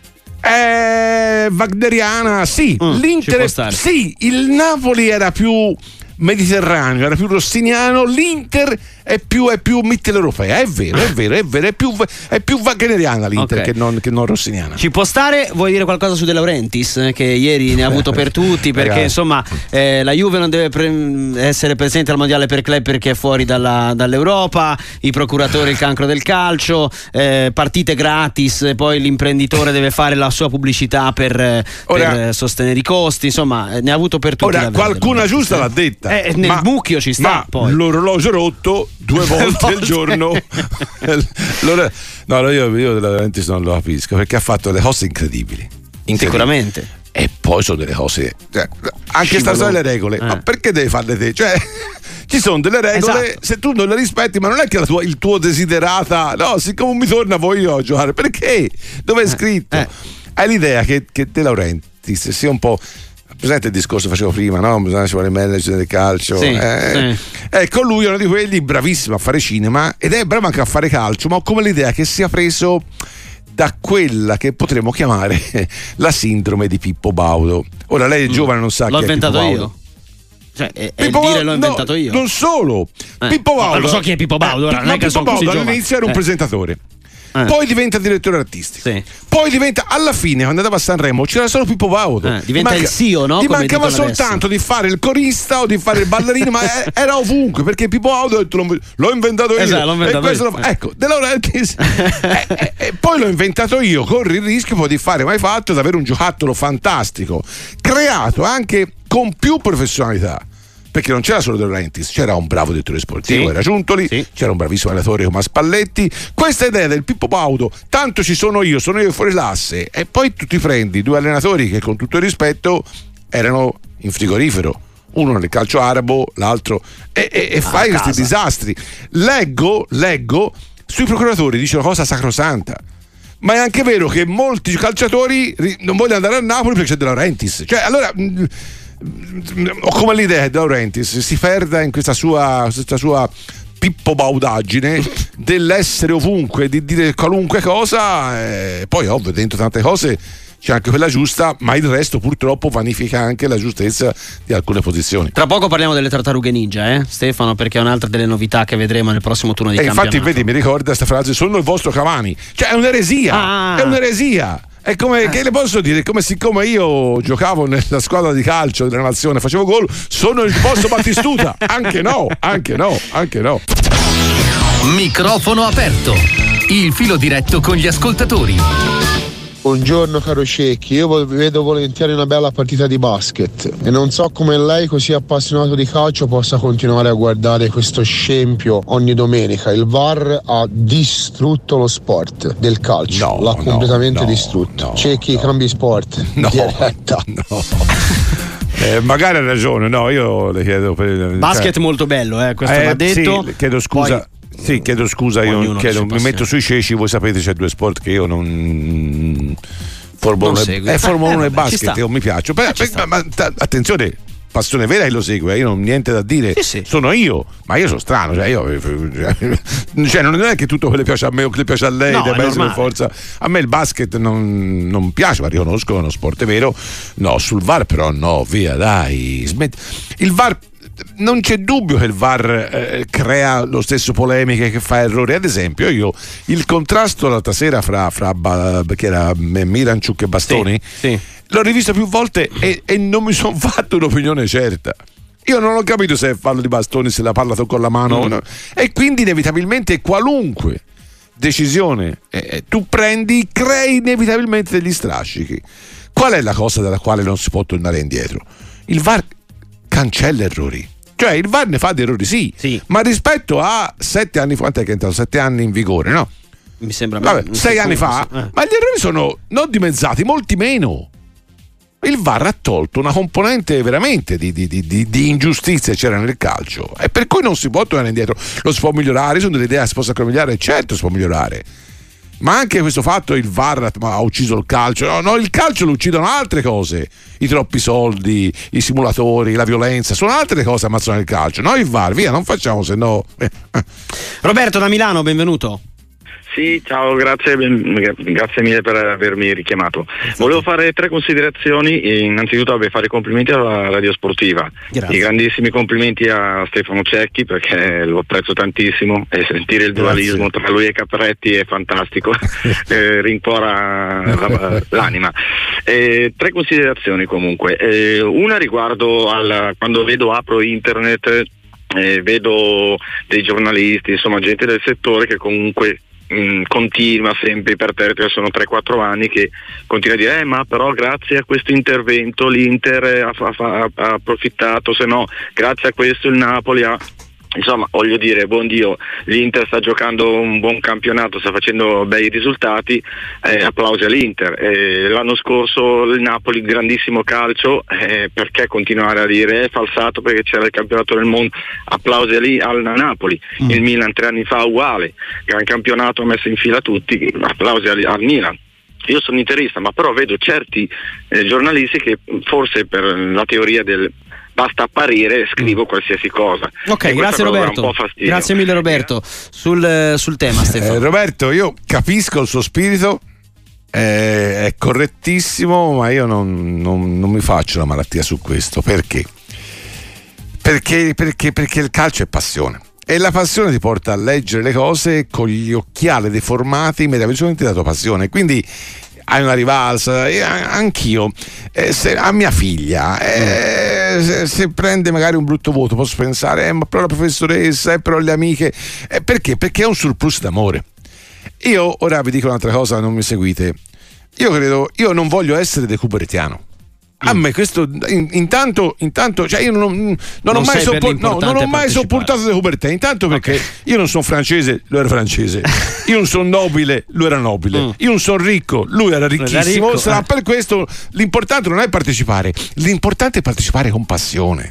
Eh, wagneriana sì, mm, l'Inter sì, il Napoli era più mediterraneo, era più rossiniano, l'Inter è più, è più mitteleuropea, è vero, è vero, è vero, è più, è più wagneriana l'Inter okay. che, non, che non rossiniana. Ci può stare? Vuoi dire qualcosa su De Laurentiis, che ieri ne ha avuto per tutti, perché Ragazzi. insomma eh, la Juve non deve pre- essere presente al mondiale per club perché è fuori dalla, dall'Europa, i procuratori il cancro del calcio, eh, partite gratis, poi l'imprenditore deve fare la sua pubblicità per, ora, per sostenere i costi, insomma ne ha avuto per tutti. Ora qualcuna giusta l'ha detta. Eh, nel ma, mucchio ci sta ma poi. L'orologio rotto due volte al giorno. No, io, io veramente non lo capisco, perché ha fatto delle cose incredibili, incredibili. Sicuramente. E poi sono delle cose, cioè, anche sta storia delle regole, eh. ma perché devi farle te? Cioè ci sono delle regole, esatto. Se tu non le rispetti, ma non è che la tua, il tuo desiderata, no, siccome mi torna voglio a giocare, perché? Dove è scritto? Eh, eh. Hai l'idea che, che De Laurentiis sia un po', presente il discorso che facevo prima, no? Bisogna ci vuole il manager del calcio. Sì, eh, sì. Ecco, lui è uno di quelli bravissimo a fare cinema ed è bravo anche a fare calcio, ma ho come l'idea che sia preso da quella che potremmo chiamare la sindrome di Pippo Baudo. Ora lei è giovane, non sa l'ho chi è inventato Pippo io. Baudo. Cioè, è, Pippo è il dire Baudo, l'ho inventato no, io. Non solo. Eh. Pippo Baudo. Ma lo so chi è Pippo Baudo, ora, eh, non è che Pippo sono così Baudo giovane. all'inizio era un eh. presentatore. eh. poi diventa direttore artistico, sì. poi diventa, alla fine quando andava a Sanremo c'era solo Pippo Baudo, eh, diventa manca, il C E O, no? Gli Come mancava soltanto adesso. di fare il corista o di fare il ballerino, ma era ovunque, perché Pippo Baudo ha detto l'ho inventato io, esatto, l'ho inventato e questo io. Lo, ecco, De Laurentiis e, e, e poi l'ho inventato io, corri il rischio poi di fare mai fatto, di avere un giocattolo fantastico, creato anche con più professionalità, perché non c'era solo De Laurentiis, c'era un bravo direttore sportivo, sì. era Giuntoli, sì. c'era un bravissimo allenatore come Spalletti. Questa idea del Pippo Baudo, tanto ci sono io, sono io fuori l'asse, e poi tu ti prendi due allenatori che con tutto il rispetto erano in frigorifero, uno nel calcio arabo, l'altro e, e, e fai questi disastri. Leggo, leggo sui procuratori, dice una cosa sacrosanta, ma è anche vero che molti calciatori non vogliono andare a Napoli perché c'è De Laurentiis, cioè allora ho come l'idea che De Laurentiis si perda in questa sua, questa sua Pippo Baudaggine dell'essere ovunque, di dire qualunque cosa, e poi ovvio dentro tante cose c'è anche quella giusta, ma il resto purtroppo vanifica anche la giustezza di alcune posizioni. Tra poco parliamo delle tartarughe ninja, eh, Stefano, perché è un'altra delle novità che vedremo nel prossimo turno di e campionato. Infatti vedi, mi ricorda questa frase, sono il vostro Cavani, cioè è un'eresia, ah. è un'eresia. È come, eh. che le posso dire? Come siccome io giocavo nella squadra di calcio della nazione, facevo gol, sono il vostro Battistuta. Anche no, anche no, anche no. Microfono aperto. Il filo diretto con gli ascoltatori. Buongiorno caro Cecchi, io vedo volentieri una bella partita di basket e non so come lei, così appassionato di calcio, possa continuare a guardare questo scempio ogni domenica. Il V A R ha distrutto lo sport del calcio, no, l'ha completamente no, distrutto. no, Cecchi, no. cambi sport, no, diretta. No. Eh, magari ha ragione, no, io le chiedo per, basket cioè, molto bello, eh, questo eh, va detto. Sì, chiedo scusa. Poi, Sì, chiedo scusa, io chiedo, mi metto sui ceci, voi sapete c'è due sport che io non Formula uno e, eh, Formula uno eh, e basket, io mi piaccio. Però, eh, ma, ma t- attenzione, passione vera e lo segue, io non ho niente da dire, sì, sì. sono io, ma io sono strano, cioè io cioè non è che tutto quello che piace a me o che piace a lei no, deve essere per forza. A me il basket non, non piace, ma riconosco che è uno sport, è vero. No, sul V A R però no, via, dai, smetti. Il V A R, non c'è dubbio che il V A R eh, crea lo stesso polemiche, che fa errori. Ad esempio, io il contrasto l'altra sera fra, fra che era Miranchuk e Bastoni, sì, sì. l'ho rivisto più volte e, e non mi sono fatto un'opinione certa. Io non ho capito se è fallo di Bastoni, se la palla toccò la mano, mm. no. E quindi inevitabilmente qualunque decisione eh, tu prendi, crei inevitabilmente degli strascichi. Qual è la cosa dalla quale non si può tornare indietro? Il V A R cancella errori, cioè il V A R ne fa dei errori, sì, sì. ma rispetto a sette anni fa, quant'è che è entrato? Sette anni in vigore, no? Mi sembra. Vabbè, sei anni fa, eh. ma gli errori sono non dimezzati, molti meno. Il V A R ha tolto una componente veramente di, di, di, di ingiustizia che c'era nel calcio, e per cui non si può tornare indietro. Lo si può migliorare, sono delle idee che si possa migliorare, certo si può migliorare, ma anche questo fatto il V A R ha ucciso il calcio. No, no, il calcio lo uccidono altre cose, i troppi soldi, i simulatori, la violenza, sono altre cose che ammazzano il calcio, no il V A R, via, non facciamo, se no. Roberto da Milano, benvenuto. Sì, ciao, grazie, grazie mille per avermi richiamato. Volevo fare tre considerazioni. Innanzitutto vabbè, fare i complimenti alla Radio Sportiva. Grazie. I grandissimi complimenti a Stefano Cecchi, perché lo apprezzo tantissimo, e sentire il dualismo tra lui e Capretti è fantastico. eh, rincuora la, l'anima. Eh, tre considerazioni comunque. Eh, una riguardo al, quando vedo, apro internet, eh, vedo dei giornalisti, insomma gente del settore che comunque Mm, continua sempre per te, sono tre quattro anni che continua a dire eh, ma però grazie a questo intervento l'Inter ha, ha, ha approfittato, se no grazie a questo il Napoli ha. Insomma, voglio dire, buon Dio, l'Inter sta giocando un buon campionato, sta facendo bei risultati, eh, applausi all'Inter. Eh, l'anno scorso il Napoli, grandissimo calcio, eh, perché continuare a dire è falsato perché c'era il campionato del mondo, applausi lì al Napoli. Mm. Il Milan tre anni fa uguale, gran campionato, ha messo in fila tutti, applausi al, al Milan. Io sono interista, ma però vedo certi eh, giornalisti che forse per la teoria del basta apparire, scrivo qualsiasi cosa. Ok, grazie Roberto. Grazie mille Roberto. Sul, sul tema, Stefano. Eh, Roberto, io capisco il suo spirito, eh, è correttissimo, ma io non, non, non mi faccio la malattia su questo. Perché? Perché, perché? Perché il calcio è passione. E la passione ti porta a leggere le cose con gli occhiali deformati meravigliosamente della tua passione. Quindi hai una rivalsa, e anch'io eh, se a mia figlia eh, se, se prende magari un brutto voto posso pensare eh, ma però la professoressa, eh, però le amiche, eh, perché? Perché è un surplus d'amore. Io ora vi dico un'altra cosa, non mi seguite, io credo, io non voglio essere decubertiano. A me questo in, intanto, intanto cioè io non, non, non ho mai, soppor- no, non ho mai sopportato De Coubertin, intanto perché okay. io non sono francese, lui era francese, io non sono nobile, lui era nobile, mm. io non sono ricco, lui era ricchissimo, era ricco, sarà eh. per questo l'importante non è partecipare, l'importante è partecipare con passione.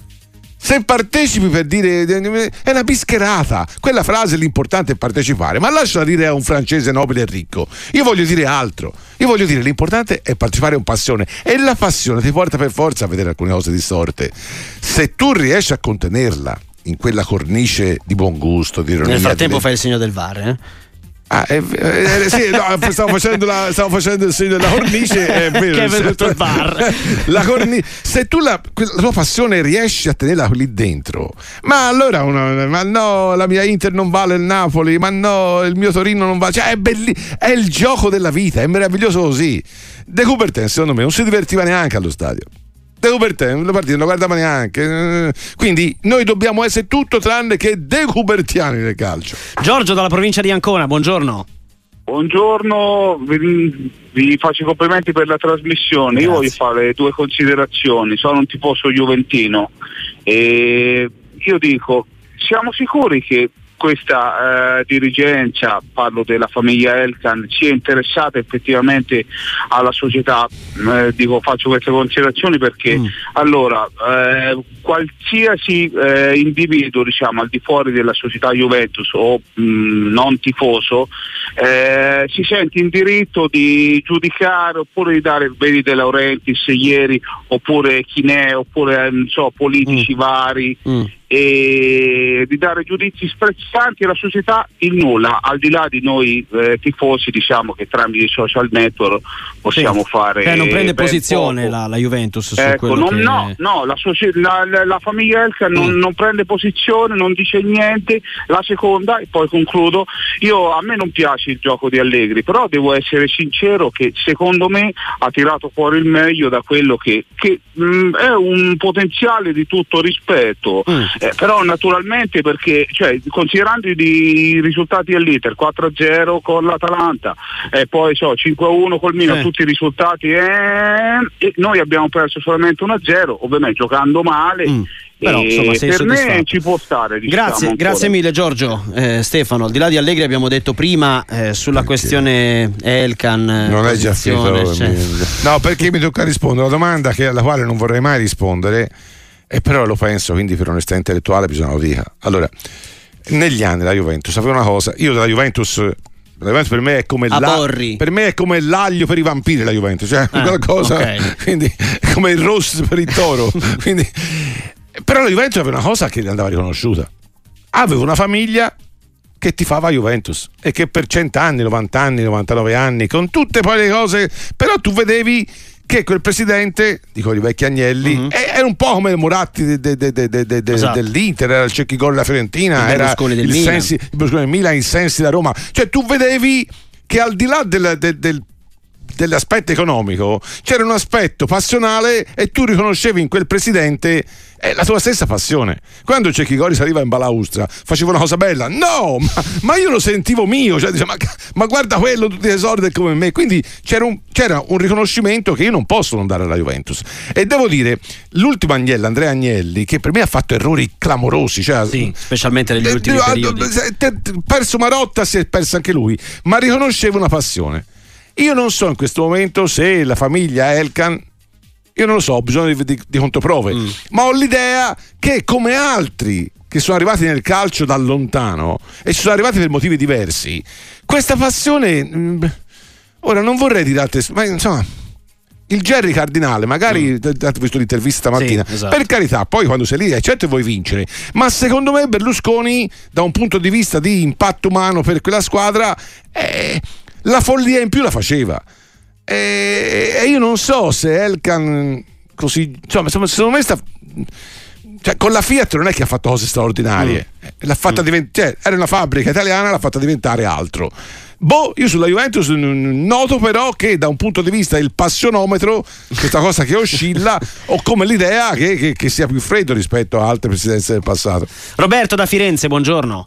Se partecipi per dire è una bischerata, quella frase l'importante è partecipare, ma lascia dire a un francese nobile e ricco. Io voglio dire altro, io voglio dire l'importante è partecipare con passione, e la passione ti porta per forza a vedere alcune cose distorte. Se tu riesci a contenerla in quella cornice di buon gusto, di ironia, nel frattempo di... fai il segno del V A R, eh? Ah, eh, eh, sì, no, stavo, facendo la, stavo facendo il segno della cornice, è vero, che è venuto il V A R. La cornice, se tu la, la tua passione riesci a tenerla lì dentro, ma allora una, ma no, la mia Inter non vale il Napoli, ma no, il mio Torino non vale, cioè è belli, è il gioco della vita, è meraviglioso così. De Coubertin secondo me non si divertiva neanche allo stadio. De Coubertin la partita non lo guardava neanche, quindi noi dobbiamo essere tutto tranne che de Coubertiani nel calcio. Giorgio dalla provincia di Ancona, buongiorno. Buongiorno, vi, vi faccio i complimenti per la trasmissione. Grazie. Io voglio fare due considerazioni. Sono un tifoso juventino e io dico, siamo sicuri che questa eh, dirigenza, parlo della famiglia Elkann, sia interessata effettivamente alla società? Eh, dico, faccio queste considerazioni perché mm. allora eh, qualsiasi eh, individuo, diciamo, al di fuori della società Juventus o mh, non tifoso eh, si sente in diritto di giudicare oppure di dare, vedi De Laurentiis ieri, oppure Chinè, oppure non so, politici mm. vari mm. e di dare giudizi sprezzanti alla società in nulla, al di là di noi eh, tifosi, diciamo, che tramite i social network possiamo sì. fare eh, non prende posizione la, la Juventus su ecco, non, che... no, no, la, soci- la, la, la famiglia Elkann non, mm. non prende posizione, non dice niente. La seconda, e poi concludo, io a me non piace il gioco di Allegri, però devo essere sincero che secondo me ha tirato fuori il meglio da quello che, che mh, è un potenziale di tutto rispetto. Mm. Eh, però naturalmente, perché cioè, considerando i risultati dell'Inter quattro a zero con l'Atalanta e eh, poi so, cinque a uno col Milan, eh. tutti i risultati eh, e noi abbiamo perso solamente uno a zero, ovviamente giocando male. Mm. Però, insomma, sei per me ci può stare, diciamo, grazie, ancora. Grazie mille Giorgio. eh, Stefano, al di là di Allegri abbiamo detto prima eh, sulla perché? questione Elkann non è già finito cioè. No, perché mi tocca rispondere a una domanda che, alla quale non vorrei mai rispondere, e però lo penso, quindi per onestà intellettuale bisogna lo dire. Allora, negli anni la Juventus aveva una cosa, io della Juventus, la Juventus per me è come la, per me è come l'aglio per i vampiri, la Juventus, cioè ah, qualcosa, okay. Quindi è come il rosso per il toro. Quindi, però la Juventus aveva una cosa che andava riconosciuta, aveva una famiglia che tifava Juventus e che per cent'anni, novanta anni, novantanove anni, con tutte poi le cose, però tu vedevi che quel presidente, dico i vecchi Agnelli, mm-hmm. era un po' come Moratti de, de, de, de, de, de, esatto. dell'Inter, era il Cecchigol della Fiorentina, il era del il Milan. Sensi, il Berlusconi del Milan, il Sensi da Roma, cioè tu vedevi che al di là del, del, del dell'aspetto economico c'era un aspetto passionale e tu riconoscevi in quel presidente eh, la tua stessa passione. Quando Cecchigori saliva in balaustra faceva una cosa bella, no, ma, ma io lo sentivo mio, cioè, dice, ma, ma guarda quello, tutti i esordi come me, quindi c'era un, c'era un riconoscimento che io non posso non dare alla Juventus. E devo dire, l'ultimo Agnelli, Andrea Agnelli, che per me ha fatto errori clamorosi, cioè, sì, specialmente negli eh, ultimi eh, periodi, perso Marotta, si è perso anche lui, ma riconosceva una passione. Io non so in questo momento se la famiglia Elkann, io non lo so, ho bisogno di, di, di controprove, mm. ma ho l'idea che come altri che sono arrivati nel calcio da lontano e sono arrivati per motivi diversi, questa passione, mh, ora non vorrei dire altre, ma insomma, il Gerry Cardinale, magari mm. ho visto l'intervista stamattina, sì, esatto. Per carità, poi quando sei lì è certo vuoi vincere, ma secondo me Berlusconi da un punto di vista di impatto umano per quella squadra eh, la follia in più la faceva, e, e io non so se Elkann così, insomma, secondo me sta, Cioè, con la Fiat non è che ha fatto cose straordinarie, mm. l'ha fatta mm. divent- cioè, era una fabbrica italiana, l'ha fatta diventare altro. Boh, io sulla Juventus noto però che da un punto di vista del passionometro, questa cosa che oscilla, ho come l'idea che, che, che sia più freddo rispetto a altre presidenze del passato. Roberto da Firenze, buongiorno.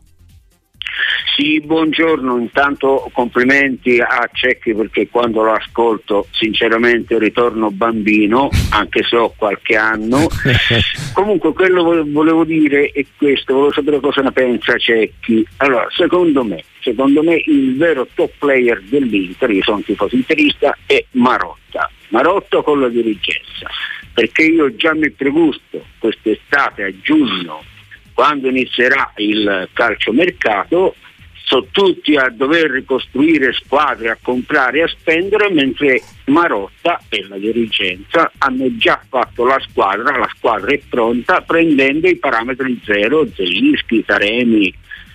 Sì, buongiorno, intanto complimenti a Cecchi perché quando lo ascolto sinceramente ritorno bambino, anche se ho qualche anno. Comunque quello che volevo dire è questo, volevo sapere cosa ne pensa Cecchi. Allora, secondo me, secondo me il vero top player dell'Inter, io sono tifoso interista, è Marotta. Marotta con la dirigenza, perché io già mi pregusto quest'estate a giugno, quando inizierà il calciomercato, sono tutti a dover ricostruire squadre, a comprare e a spendere, mentre Marotta e la dirigenza hanno già fatto la squadra, la squadra è pronta prendendo i parametri zero, Zelinski, Taremi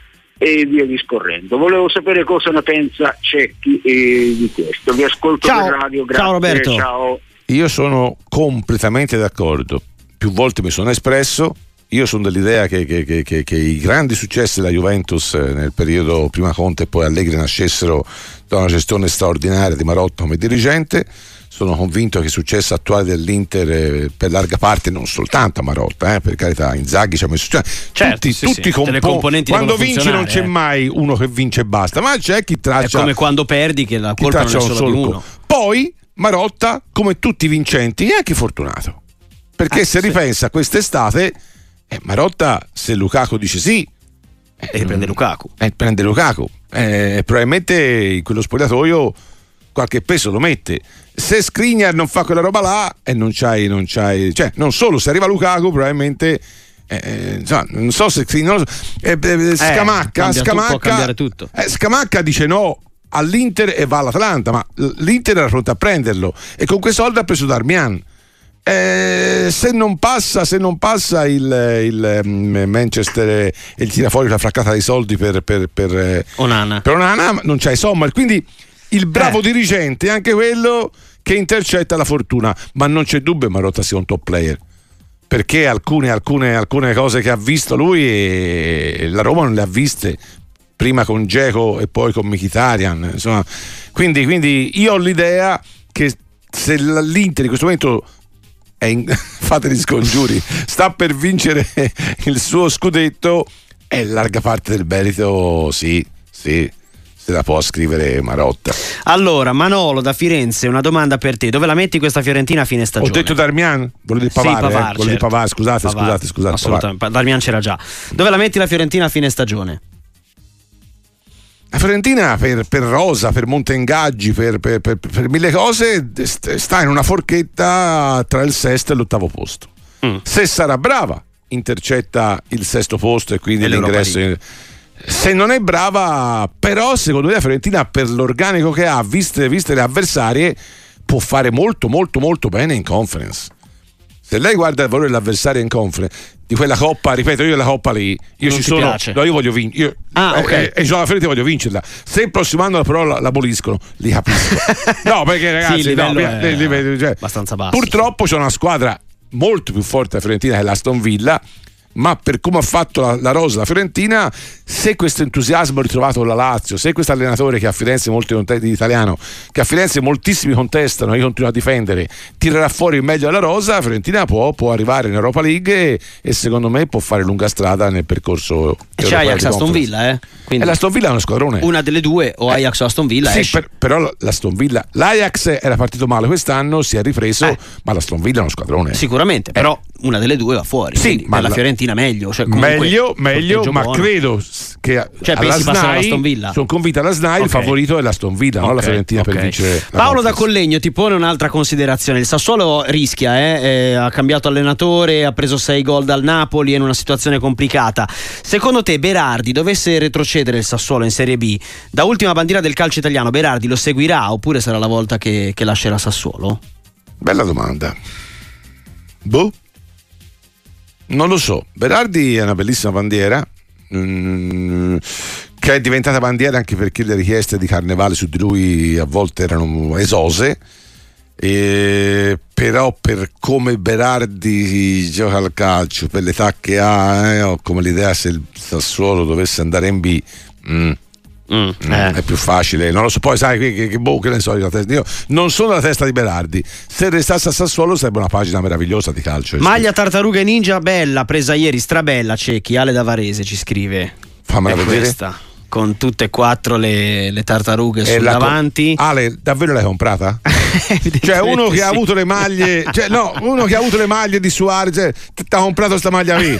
e via discorrendo. Volevo sapere cosa ne pensa Cecchi eh, di questo. Vi ascolto ciao. per radio, grazie. Ciao Roberto. Ciao. Io sono completamente d'accordo, più volte mi sono espresso. Io sono dell'idea che, che, che, che, che i grandi successi della Juventus nel periodo prima Conte e poi Allegri nascessero da una gestione straordinaria di Marotta come dirigente. Sono convinto che il successo attuale dell'Inter eh, per larga parte, non soltanto a Marotta, eh, per carità, Inzaghi ci ha messo, cioè, certo, tutti, sì, tutti sì, compon- le componenti quando vinci non c'è eh. mai uno che vince e basta, ma c'è chi traccia, è come quando perdi che la colpa non è solo di uno. Poi Marotta, come tutti i vincenti, è anche fortunato, perché ah, se sì. ripensa quest'estate Eh, Marotta, se Lukaku dice sì, eh, e prende Lukaku, eh, prende Lukaku, eh, probabilmente in quello spogliatoio qualche peso lo mette. Se Skriniar non fa quella roba là, e eh, non c'hai, non c'hai, cioè non solo se arriva Lukaku, probabilmente eh, insomma, non so se Skriniar, eh, eh, Scamacca, eh, Scamacca, può cambiare tutto. Eh, Scamacca dice no all'Inter e va all'Atalanta, ma l'Inter era pronta a prenderlo e con quei soldi ha preso Darmian. Eh, se non passa se non passa il, il um, Manchester e gli tira fuori la fraccata dei soldi per, per, per Onana, per Onana non c'hai Sommer, quindi il bravo eh. dirigente è anche quello che intercetta la fortuna, ma non c'è dubbio Marotta sia un top player, perché alcune, alcune, alcune cose che ha visto lui e la Roma non le ha viste prima con Dzeko e poi con Mkhitaryan, insomma, quindi, quindi io ho l'idea che se l'Inter in questo momento In, fate gli scongiuri, sta per vincere il suo scudetto e larga parte del merito sì, sì, se la può scrivere Marotta. Allora Manolo da Firenze, una domanda per te: dove la metti questa Fiorentina a fine stagione? Ho detto Darmian, volevo dire Pavard, sì, Pavard, eh? certo. Pavard, scusate, Pavard, scusate, scusate. Assolutamente, Pavard. Darmian c'era già. Dove la metti la Fiorentina a fine stagione? La Fiorentina per, per rosa, per monte ingaggi, per, per, per, per mille cose sta in una forchetta tra il sesto e l'ottavo posto. Mm. Se sarà brava intercetta il sesto posto e quindi e l'ingresso in... Se non è brava, però secondo me la Fiorentina per l'organico che ha, viste, viste le avversarie, può fare molto molto molto bene in Conference. Se lei guarda il valore dell'avversario in Conference di quella coppa, ripeto, io la coppa lì io non ci sono, piace. no, io voglio vincere, ah, okay. e, e io alla Fiorentina voglio vincerla. Se il prossimo anno però la, l'aboliscono, li capisco. No, perché ragazzi, sì, il no, livello è livello, cioè, abbastanza basso. Purtroppo c'è una squadra molto più forte la Fiorentina che l'Aston Villa, ma per come ha fatto la, la rosa la Fiorentina, se questo entusiasmo ritrovato la Lazio, se questo allenatore che a Firenze molti di italiano che a Firenze moltissimi contestano, io continuo a difendere, tirerà fuori il meglio della rosa, la Fiorentina può, può arrivare in Europa League e, e secondo me può fare lunga strada nel percorso. E c'è Ajax Aston Villa, eh? Quindi e l'Aston Villa è uno squadrone, una delle due, o Ajax o Aston Villa. Sì, per, però l'Aston Villa, l'Ajax era partito male quest'anno, si è ripreso, eh. ma l'Aston Villa è uno squadrone sicuramente, eh. però una delle due va fuori, sì, ma la Fiorentina meglio, cioè meglio, meglio, ma buono. Credo che cioè, alla SNAI sono convinta alla SNAI okay. il favorito è l'Aston Villa, okay. non la Fiorentina okay. per vincere. Paolo da Collegno ti pone un'altra considerazione: il Sassuolo rischia, eh? Eh, ha cambiato allenatore, ha preso sei gol dal Napoli, è in una situazione complicata. Secondo te Berardi dovesse retrocedere il Sassuolo in Serie B, da ultima bandiera del calcio italiano, Berardi lo seguirà oppure sarà la volta che, che lascerà Sassuolo? Bella domanda. Boh, non lo so. Berardi è una bellissima bandiera, mm, che è diventata bandiera anche perché le richieste di Carnevale su di lui a volte erano esose, e però per come Berardi gioca al calcio, per l'età che ha, eh, ho come l'idea se il Sassuolo dovesse andare in B, mm, mm, eh. è più facile, non lo so, poi sai che, che, che boh, che ne so, io non sono la testa di Berardi, se restasse a Sassuolo sarebbe una pagina meravigliosa di calcio. Maglia Tartarughe Ninja bella, presa ieri, strabella, Cecchi. Ale da Varese ci scrive, fammela è vedere questa, con tutte e quattro le, le tartarughe sul davanti. Co- Ale, davvero l'hai comprata? Cioè uno che sì. ha avuto le maglie, cioè no, uno che ha avuto le maglie di Suarez, cioè, ti ha comprato sta maglia lì.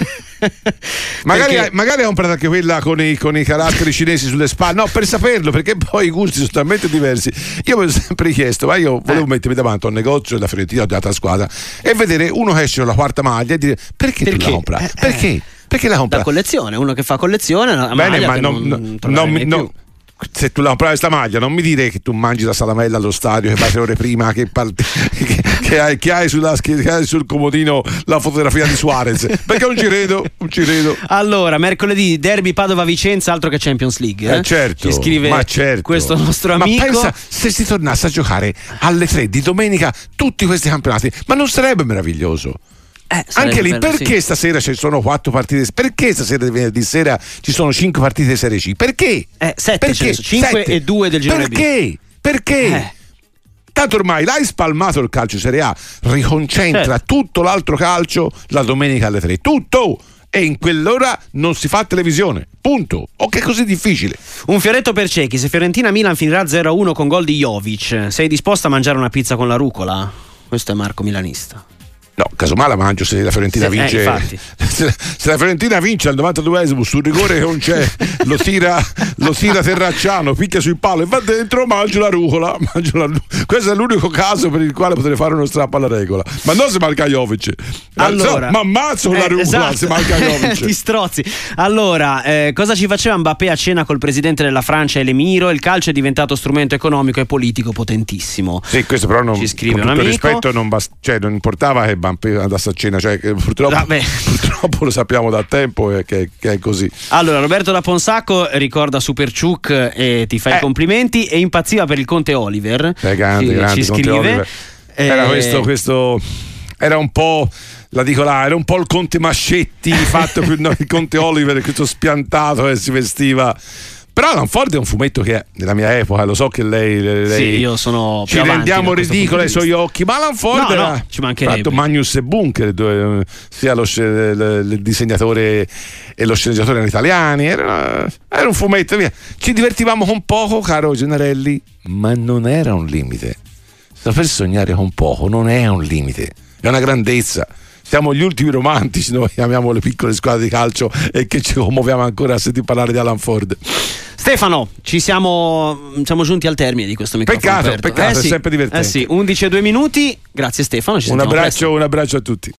magari, perché... magari ha comprato anche quella con i, con i caratteri cinesi sulle spalle, no, per saperlo, perché poi i gusti sono talmente diversi. Io mi ho sempre chiesto, ma io volevo eh. mettermi davanti a un negozio della Fiorentina o di altra squadra e vedere uno che esce con la quarta maglia e dire perché, perché? tu l'hai comprata? Eh, perché? Eh. Perché la compra? Da collezione, uno che fa collezione, una Bene, maglia ma che non, non, non, non, non se tu la compravi questa maglia, non mi dire che tu mangi la salamella allo stadio, che vai tre ore prima, che, parti, che, che, hai, che, hai sulla, che hai sul comodino la fotografia di Suarez, perché non ci credo, non ci credo. Allora, mercoledì derby Padova-Vicenza, altro che Champions League. Eh? Eh certo, ci scrive ma certo. questo nostro amico. Ma pensa se si tornasse a giocare alle tre di domenica tutti questi campionati, ma non sarebbe meraviglioso? Eh, anche lì, bello, perché sì. stasera ci sono quattro partite? Perché stasera venerdì sera ci sono cinque partite di Serie C? Perché? Eh, sette, perché? cinque e due del girone B. Perché? Perché? Eh. Tanto ormai l'hai spalmato il calcio Serie A, riconcentra eh. tutto l'altro calcio la domenica alle tre. Tutto! E in quell'ora non si fa televisione, punto. O che è così difficile? Un fioretto per Cecchi: se Fiorentina-Milan finirà zero a uno con gol di Jovic, sei disposto a mangiare una pizza con la rucola? Questo è Marco Milanista. No, casomai la mangio se la Fiorentina sì, vince. Eh, se, se la Fiorentina vince al novantaduesimo sul rigore che non c'è, lo tira, lo tira Terracciano, picchia sul palo e va dentro, mangio la rucola, mangio la, questo è l'unico caso per il quale potrei fare uno strappo alla regola. Ma non se manca Jovic. Allora, so, ma ammazzo con eh, la rucola esatto. se manca Jovic. Ti strozzi. Allora, eh, cosa ci faceva Mbappé a cena col presidente della Francia e l'Emiro? Il calcio è diventato strumento economico e politico potentissimo. Sì, questo però non, ci scrive con un tutto amico. rispetto non, bast- cioè, non importava che andasse a cena, cioè che purtroppo, purtroppo lo sappiamo da tempo eh, che, che è così. Allora, Roberto da Ponsacco ricorda Superciuk e ti fa eh. i complimenti e impazziva per il Conte Oliver. Eh, grande, ci, grande, ci scrive. Oliver. Era eh. questo, questo era un po', la dico là, era un po' il Conte Mascetti fatto più no, il Conte Oliver, questo spiantato che si vestiva. Però Alan Ford è un fumetto che nella mia epoca, lo so che lei, lei sì, io sono ci rendiamo ridicoli ai suoi occhi, ma Alan Ford no, era no, ci mancherebbe. fatto Magnus e Bunker, dove sia lo, il disegnatore e lo sceneggiatore erano italiani, era, era un fumetto, via. Ci divertivamo con poco, caro Gennarelli, ma non era un limite. Saper sognare con poco non è un limite, è una grandezza. Siamo gli ultimi romantici, noi amiamo le piccole squadre di calcio e che ci commuoviamo ancora a sentire parlare di Alan Ford. Stefano, ci siamo, siamo giunti al termine di questo microfono peccato, aperto. Peccato, eh è sì, sempre divertente. Eh sì, undici e due minuti. Grazie Stefano, ci un sentiamo abbraccio, presto. Un abbraccio a tutti.